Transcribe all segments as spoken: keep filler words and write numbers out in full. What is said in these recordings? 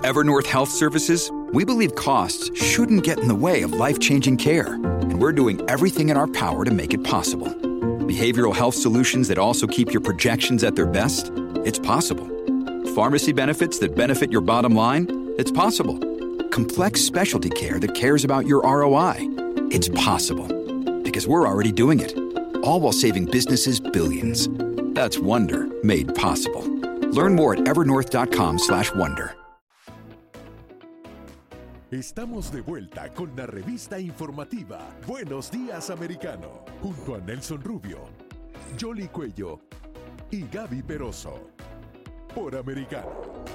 Evernorth Health Services, we believe costs shouldn't get in the way of life-changing care, and we're doing everything in our power to make it possible. Behavioral health solutions that also keep your projections at their best? It's possible. Pharmacy benefits that benefit your bottom line? It's possible. Complex specialty care that cares about your R O I? It's possible. Because we're already doing it. All while saving businesses billions. That's Wonder made possible. Learn more at evernorth.com slash wonder. Estamos de vuelta con la revista informativa Buenos Días Americano, junto a Nelson Rubio, Yoli Cuello y Gaby Peroso, por Americano.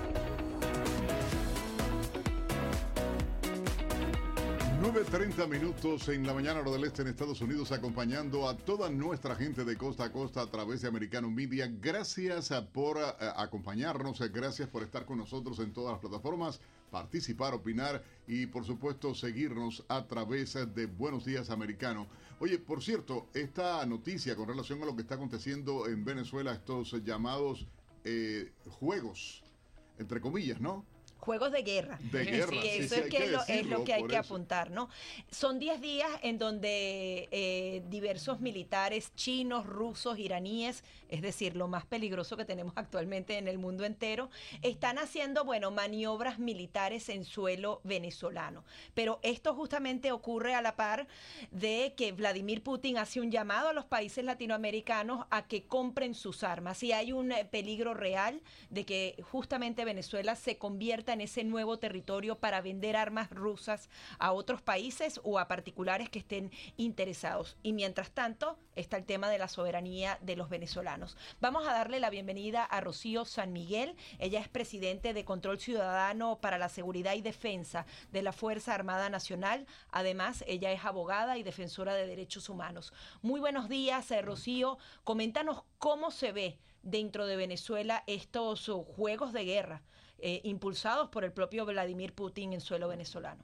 nueve treinta minutos en la mañana hora del este en Estados Unidos, acompañando a toda nuestra gente de costa a costa a través de Americano Media. Gracias por uh, acompañarnos, gracias por estar con nosotros en todas las plataformas, participar, opinar y por supuesto seguirnos a través de Buenos Días Americano. Oye, por cierto, esta noticia con relación a lo que está aconteciendo en Venezuela, estos llamados eh, juegos, entre comillas, ¿no? Juegos de guerra. De guerra. Sí, eso sí, es, sí, que que es, lo, es lo que hay que eso. apuntar, ¿no? Son diez días en donde eh, diversos militares chinos, rusos, iraníes, es decir, lo más peligroso que tenemos actualmente en el mundo entero, están haciendo, bueno, maniobras militares en suelo venezolano. Pero esto justamente ocurre a la par de que Vladimir Putin hace un llamado a los países latinoamericanos a que compren sus armas. Y hay un eh, peligro real de que justamente Venezuela se convierta en ese nuevo territorio para vender armas rusas a otros países o a particulares que estén interesados. Y mientras tanto está el tema de la soberanía de los venezolanos. Vamos a darle la bienvenida a Rocío San Miguel. Ella es presidente de Control Ciudadano para la Seguridad y Defensa de la Fuerza Armada Nacional. Además, ella es abogada y defensora de derechos humanos. Muy buenos días, eh, Rocío. Coméntanos cómo se ve dentro de Venezuela estos uh, juegos de guerra Eh, impulsados por el propio Vladimir Putin en suelo venezolano.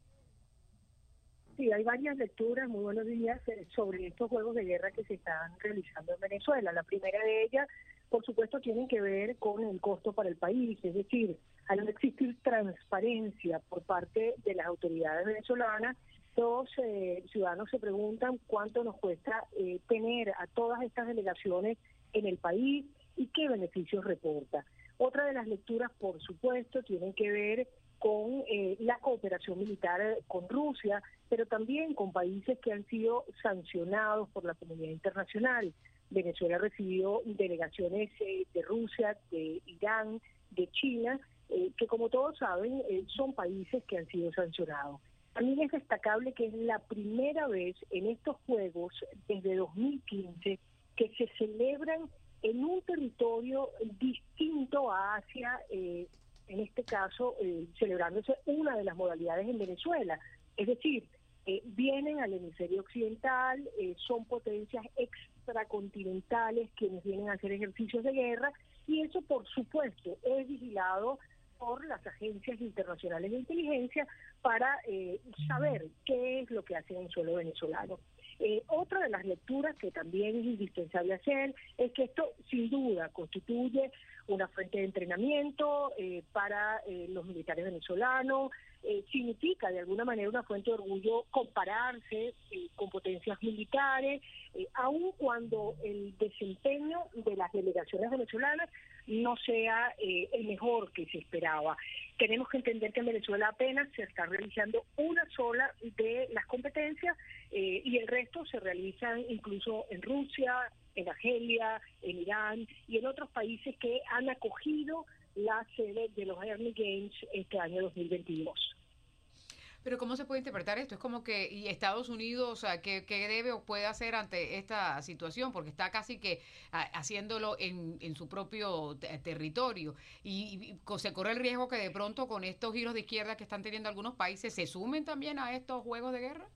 Sí, hay varias lecturas, muy buenos días, eh, sobre estos juegos de guerra que se están realizando en Venezuela. La primera de ellas, por supuesto, tiene que ver con el costo para el país, es decir, al no existir transparencia por parte de las autoridades venezolanas, los eh, ciudadanos se preguntan cuánto nos cuesta eh, tener a todas estas delegaciones en el país y qué beneficios reporta. Otra de las lecturas, por supuesto, tienen que ver con eh, la cooperación militar con Rusia, pero también con países que han sido sancionados por la comunidad internacional. Venezuela recibió delegaciones eh, de Rusia, de Irán, de China, eh, que como todos saben eh, son países que han sido sancionados. También es destacable que es la primera vez en estos Juegos, desde dos mil quince, que se celebran en un territorio distinto a Asia, eh, en este caso eh, celebrándose una de las modalidades en Venezuela. Es decir, eh, vienen al hemisferio occidental, eh, son potencias extracontinentales quienes vienen a hacer ejercicios de guerra, y eso por supuesto es vigilado por las agencias internacionales de inteligencia para eh, saber qué es lo que hacen en suelo venezolano. Eh, otra de las lecturas que también es indispensable hacer es que esto sin duda constituye una fuente de entrenamiento eh, para eh, los militares venezolanos, eh, significa de alguna manera una fuente de orgullo compararse eh, con potencias militares, eh, aun cuando el desempeño de las delegaciones venezolanas no sea eh, el mejor que se esperaba. Tenemos que entender que en Venezuela apenas se está realizando una sola de las competencias eh, y el resto se realizan incluso en Rusia, en Argelia, en Irán y en otros países que han acogido la sede de los Army Games este año dos mil veintidós. Pero ¿cómo se puede interpretar esto? Es como que y Estados Unidos, o sea, ¿qué, qué debe o puede hacer ante esta situación? Porque está casi que a, haciéndolo en, en su propio te, territorio. Y, y se corre el riesgo que de pronto con estos giros de izquierda que están teniendo algunos países, ¿se sumen también a estos juegos de guerra?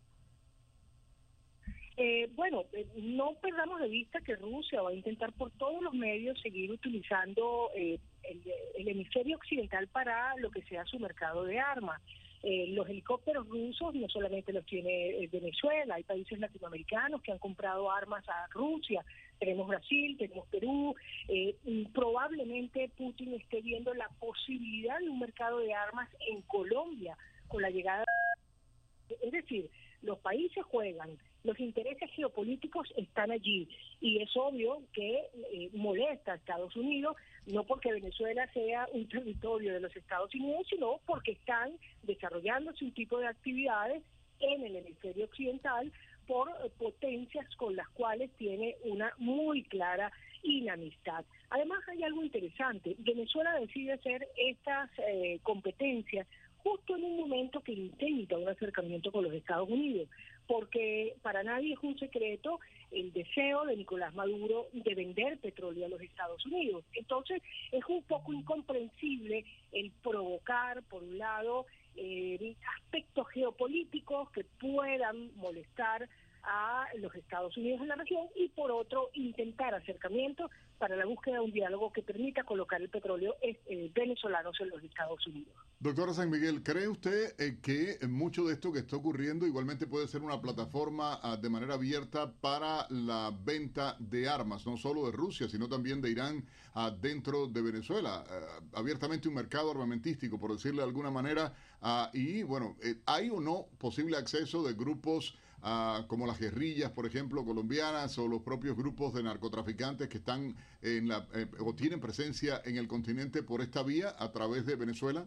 Eh, bueno, eh, no perdamos de vista que Rusia va a intentar por todos los medios seguir utilizando eh, el, el hemisferio occidental para lo que sea su mercado de armas. Eh, los helicópteros rusos no solamente los tiene eh, Venezuela, hay países latinoamericanos que han comprado armas a Rusia, Tenemos Brasil, tenemos Perú, eh, probablemente Putin esté viendo la posibilidad de un mercado de armas en Colombia con la llegada. Es decir, los países juegan, los intereses geopolíticos están allí y es obvio que eh, molesta a Estados Unidos, no porque Venezuela sea un territorio de los Estados Unidos, sino porque están desarrollándose un tipo de actividades en el hemisferio occidental por potencias con las cuales tiene una muy clara inamistad. Además hay algo interesante, Venezuela decide hacer estas eh, competencias justo en un momento que intenta un acercamiento con los Estados Unidos, porque para nadie es un secreto el deseo de Nicolás Maduro de vender petróleo a los Estados Unidos. Entonces es un poco incomprensible el provocar, por un lado, eh, aspectos geopolíticos que puedan molestar a los Estados Unidos en la región y por otro intentar acercamientos para la búsqueda de un diálogo que permita colocar el petróleo eh, venezolano en los Estados Unidos. Doctora San Miguel, ¿cree usted eh, que mucho de esto que está ocurriendo igualmente puede ser una plataforma uh, de manera abierta para la venta de armas, no solo de Rusia, sino también de Irán uh, dentro de Venezuela? Uh, abiertamente un mercado armamentístico, por decirle de alguna manera, uh, y bueno, eh, ¿hay o no posible acceso de grupos Uh, como las guerrillas, por ejemplo, colombianas o los propios grupos de narcotraficantes que están en la eh, o tienen presencia en el continente por esta vía a través de Venezuela?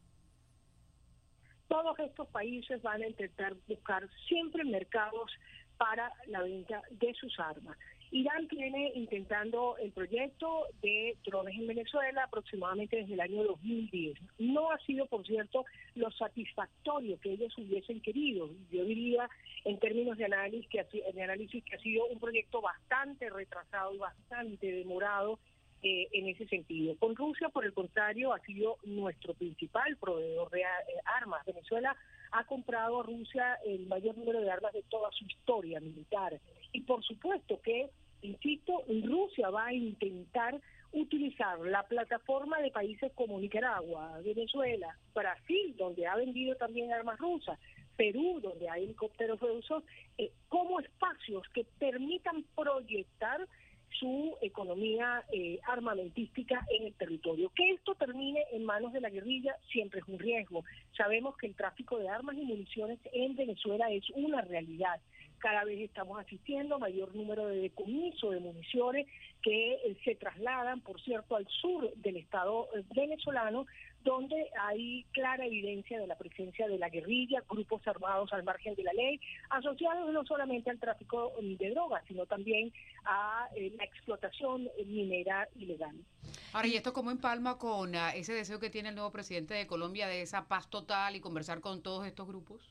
Todos estos países van a intentar buscar siempre mercados para la venta de sus armas. Irán tiene intentando el proyecto de drones en Venezuela aproximadamente desde el año dos mil diez. No ha sido, por cierto, lo satisfactorio que ellos hubiesen querido. Yo diría, en términos de análisis, que ha, de análisis, que ha sido un proyecto bastante retrasado y bastante demorado eh, en ese sentido. Con Rusia, por el contrario, ha sido nuestro principal proveedor de armas. Venezuela ha comprado a Rusia el mayor número de armas de toda su historia militar. Y por supuesto que, insisto, Rusia va a intentar utilizar la plataforma de países como Nicaragua, Venezuela, Brasil, donde ha vendido también armas rusas, Perú, donde hay helicópteros rusos, eh, como espacios que permitan proyectar su economía eh, armamentística en el territorio. Que esto termine en manos de la guerrilla siempre es un riesgo. Sabemos que el tráfico de armas y municiones en Venezuela es una realidad. Cada vez estamos asistiendo a mayor número de decomiso de municiones que eh, se trasladan, por cierto, al sur del Estado eh, venezolano, donde hay clara evidencia de la presencia de la guerrilla, grupos armados al margen de la ley, asociados no solamente al tráfico de drogas, sino también a eh, la explotación minera ilegal. Ahora, ¿y esto cómo empalma con uh, ese deseo que tiene el nuevo presidente de Colombia de esa paz total y conversar con todos estos grupos?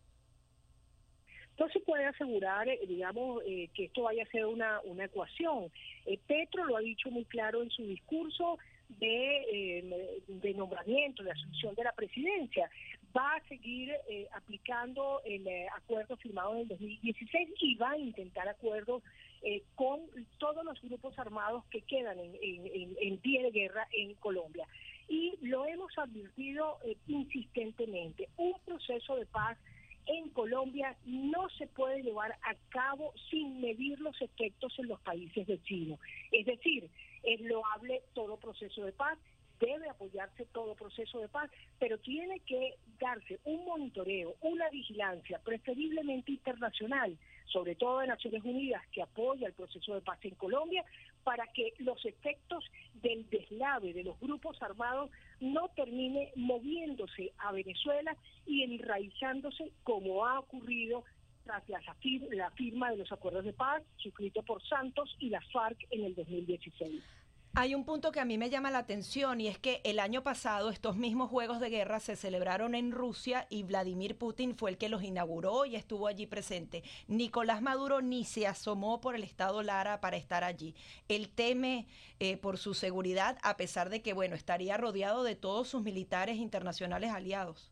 No se puede asegurar, eh, digamos, eh, que esto vaya a ser una, una ecuación. Eh, Petro lo ha dicho muy claro en su discurso de, eh, de nombramiento, de asunción de la presidencia. Va a seguir eh, aplicando el eh, acuerdo firmado en el dos mil dieciséis y va a intentar acuerdos eh, con todos los grupos armados que quedan en, en, en pie de guerra en Colombia. Y lo hemos advertido eh, insistentemente. Un proceso de paz en Colombia no se puede llevar a cabo sin medir los efectos en los países vecinos. Es decir, es loable todo proceso de paz, debe apoyarse todo proceso de paz, pero tiene que darse un monitoreo, una vigilancia, preferiblemente internacional, sobre todo de Naciones Unidas, que apoya el proceso de paz en Colombia, para que los efectos del deslave de los grupos armados no termine moviéndose a Venezuela y enraizándose como ha ocurrido tras la, la firma de los acuerdos de paz suscritos por Santos y la FARC en el dos mil dieciséis. Hay un punto que a mí me llama la atención y es que el año pasado estos mismos juegos de guerra se celebraron en Rusia y Vladimir Putin fue el que los inauguró y estuvo allí presente. Nicolás Maduro ni se asomó por el estado Lara para estar allí. Él teme eh, por su seguridad a pesar de que, bueno, estaría rodeado de todos sus militares internacionales aliados.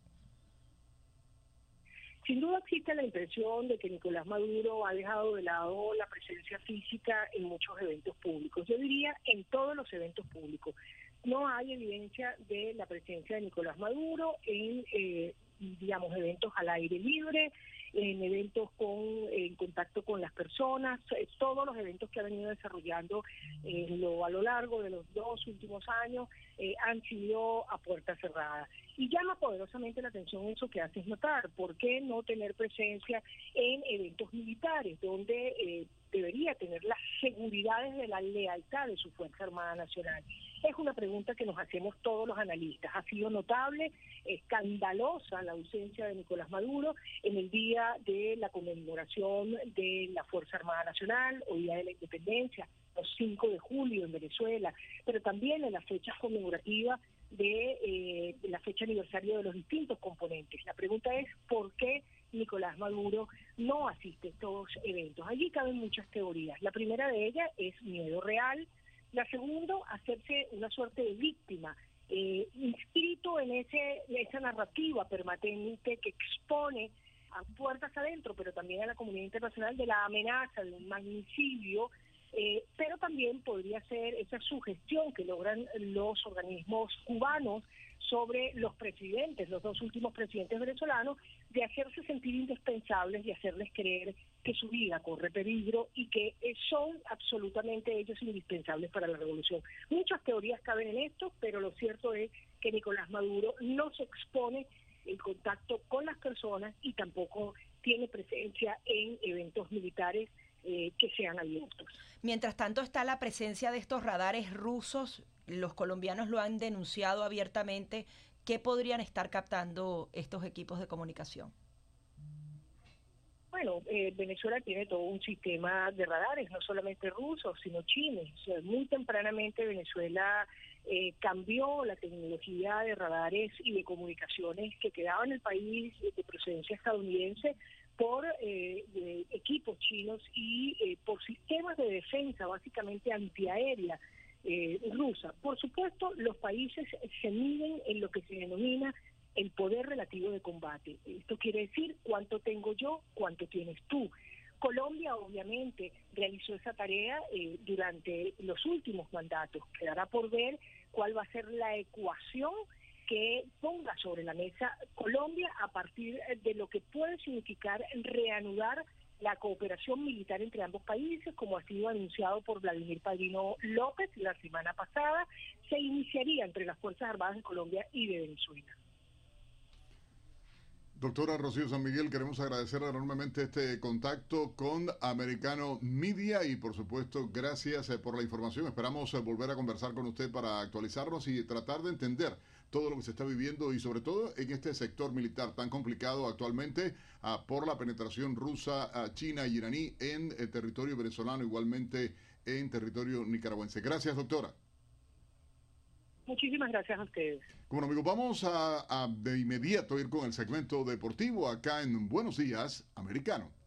Sin duda existe la impresión de que Nicolás Maduro ha dejado de lado la presencia física en muchos eventos públicos. Yo diría en todos los eventos públicos. no hay evidencia de la presencia de Nicolás Maduro en, eh, digamos, eventos al aire libre, en eventos con en contacto con las personas, eh, todos los eventos que ha venido desarrollando eh, lo, a lo largo de los dos últimos años eh, han sido a puerta cerrada. Y llama poderosamente la atención eso que haces notar, ¿por qué no tener presencia en eventos militares, donde eh, debería tener las seguridades de la lealtad de su Fuerza Armada Nacional? Es una pregunta que nos hacemos todos los analistas. Ha sido notable, escandalosa la ausencia de Nicolás Maduro en el día de la conmemoración de la Fuerza Armada Nacional o Día de la Independencia, los cinco de julio en Venezuela, pero también en las fechas conmemorativas de, eh, de la fecha aniversario de los distintos componentes. La pregunta es, ¿por qué Nicolás Maduro no asiste a estos eventos? Allí caben muchas teorías. La primera de ellas es miedo real. La segunda, hacerse una suerte de víctima, eh, inscrito en ese esa narrativa permanente que expone a puertas adentro, pero también a la comunidad internacional, de la amenaza de un magnicidio, eh, pero también podría ser esa sugestión que logran los organismos cubanos sobre los presidentes, los dos últimos presidentes venezolanos, de hacerse sentir indispensables y hacerles creer que su vida corre peligro y que son absolutamente ellos indispensables para la revolución. Muchas teorías caben en esto, pero lo cierto es que Nicolás Maduro no se expone en contacto con las personas y tampoco tiene presencia en eventos militares eh, que sean abiertos. Mientras tanto está la presencia de estos radares rusos, los colombianos lo han denunciado abiertamente. ¿Qué podrían estar captando estos equipos de comunicación? Bueno, eh, Venezuela tiene todo un sistema de radares, no solamente rusos, sino chinos. O sea, muy tempranamente Venezuela eh, cambió la tecnología de radares y de comunicaciones que quedaba en el país de procedencia estadounidense por eh, de equipos chinos y eh, por sistemas de defensa, básicamente antiaérea, eh, rusa. Por supuesto, los países se miden en lo que se denomina el poder relativo de combate. Esto quiere decir cuánto tengo yo, cuánto tienes tú. Colombia obviamente realizó esa tarea eh, durante los últimos mandatos. Quedará por ver cuál va a ser la ecuación que ponga sobre la mesa Colombia a partir de lo que puede significar reanudar la cooperación militar entre ambos países, como ha sido anunciado por Vladimir Padrino López la semana pasada. Se iniciaría entre las Fuerzas Armadas de Colombia y de Venezuela. Doctora Rocío San Miguel, queremos agradecer enormemente este contacto con Americano Media y, por supuesto, gracias por la información. Esperamos volver a conversar con usted para actualizarnos y tratar de entender todo lo que se está viviendo y, sobre todo, en este sector militar tan complicado actualmente uh, por la penetración rusa, uh, china y iraní en el territorio venezolano, igualmente en territorio nicaragüense. Gracias, doctora. Muchísimas gracias a ustedes. Bueno, amigos, vamos a, a de inmediato ir con el segmento deportivo acá en Buenos Días, Americano.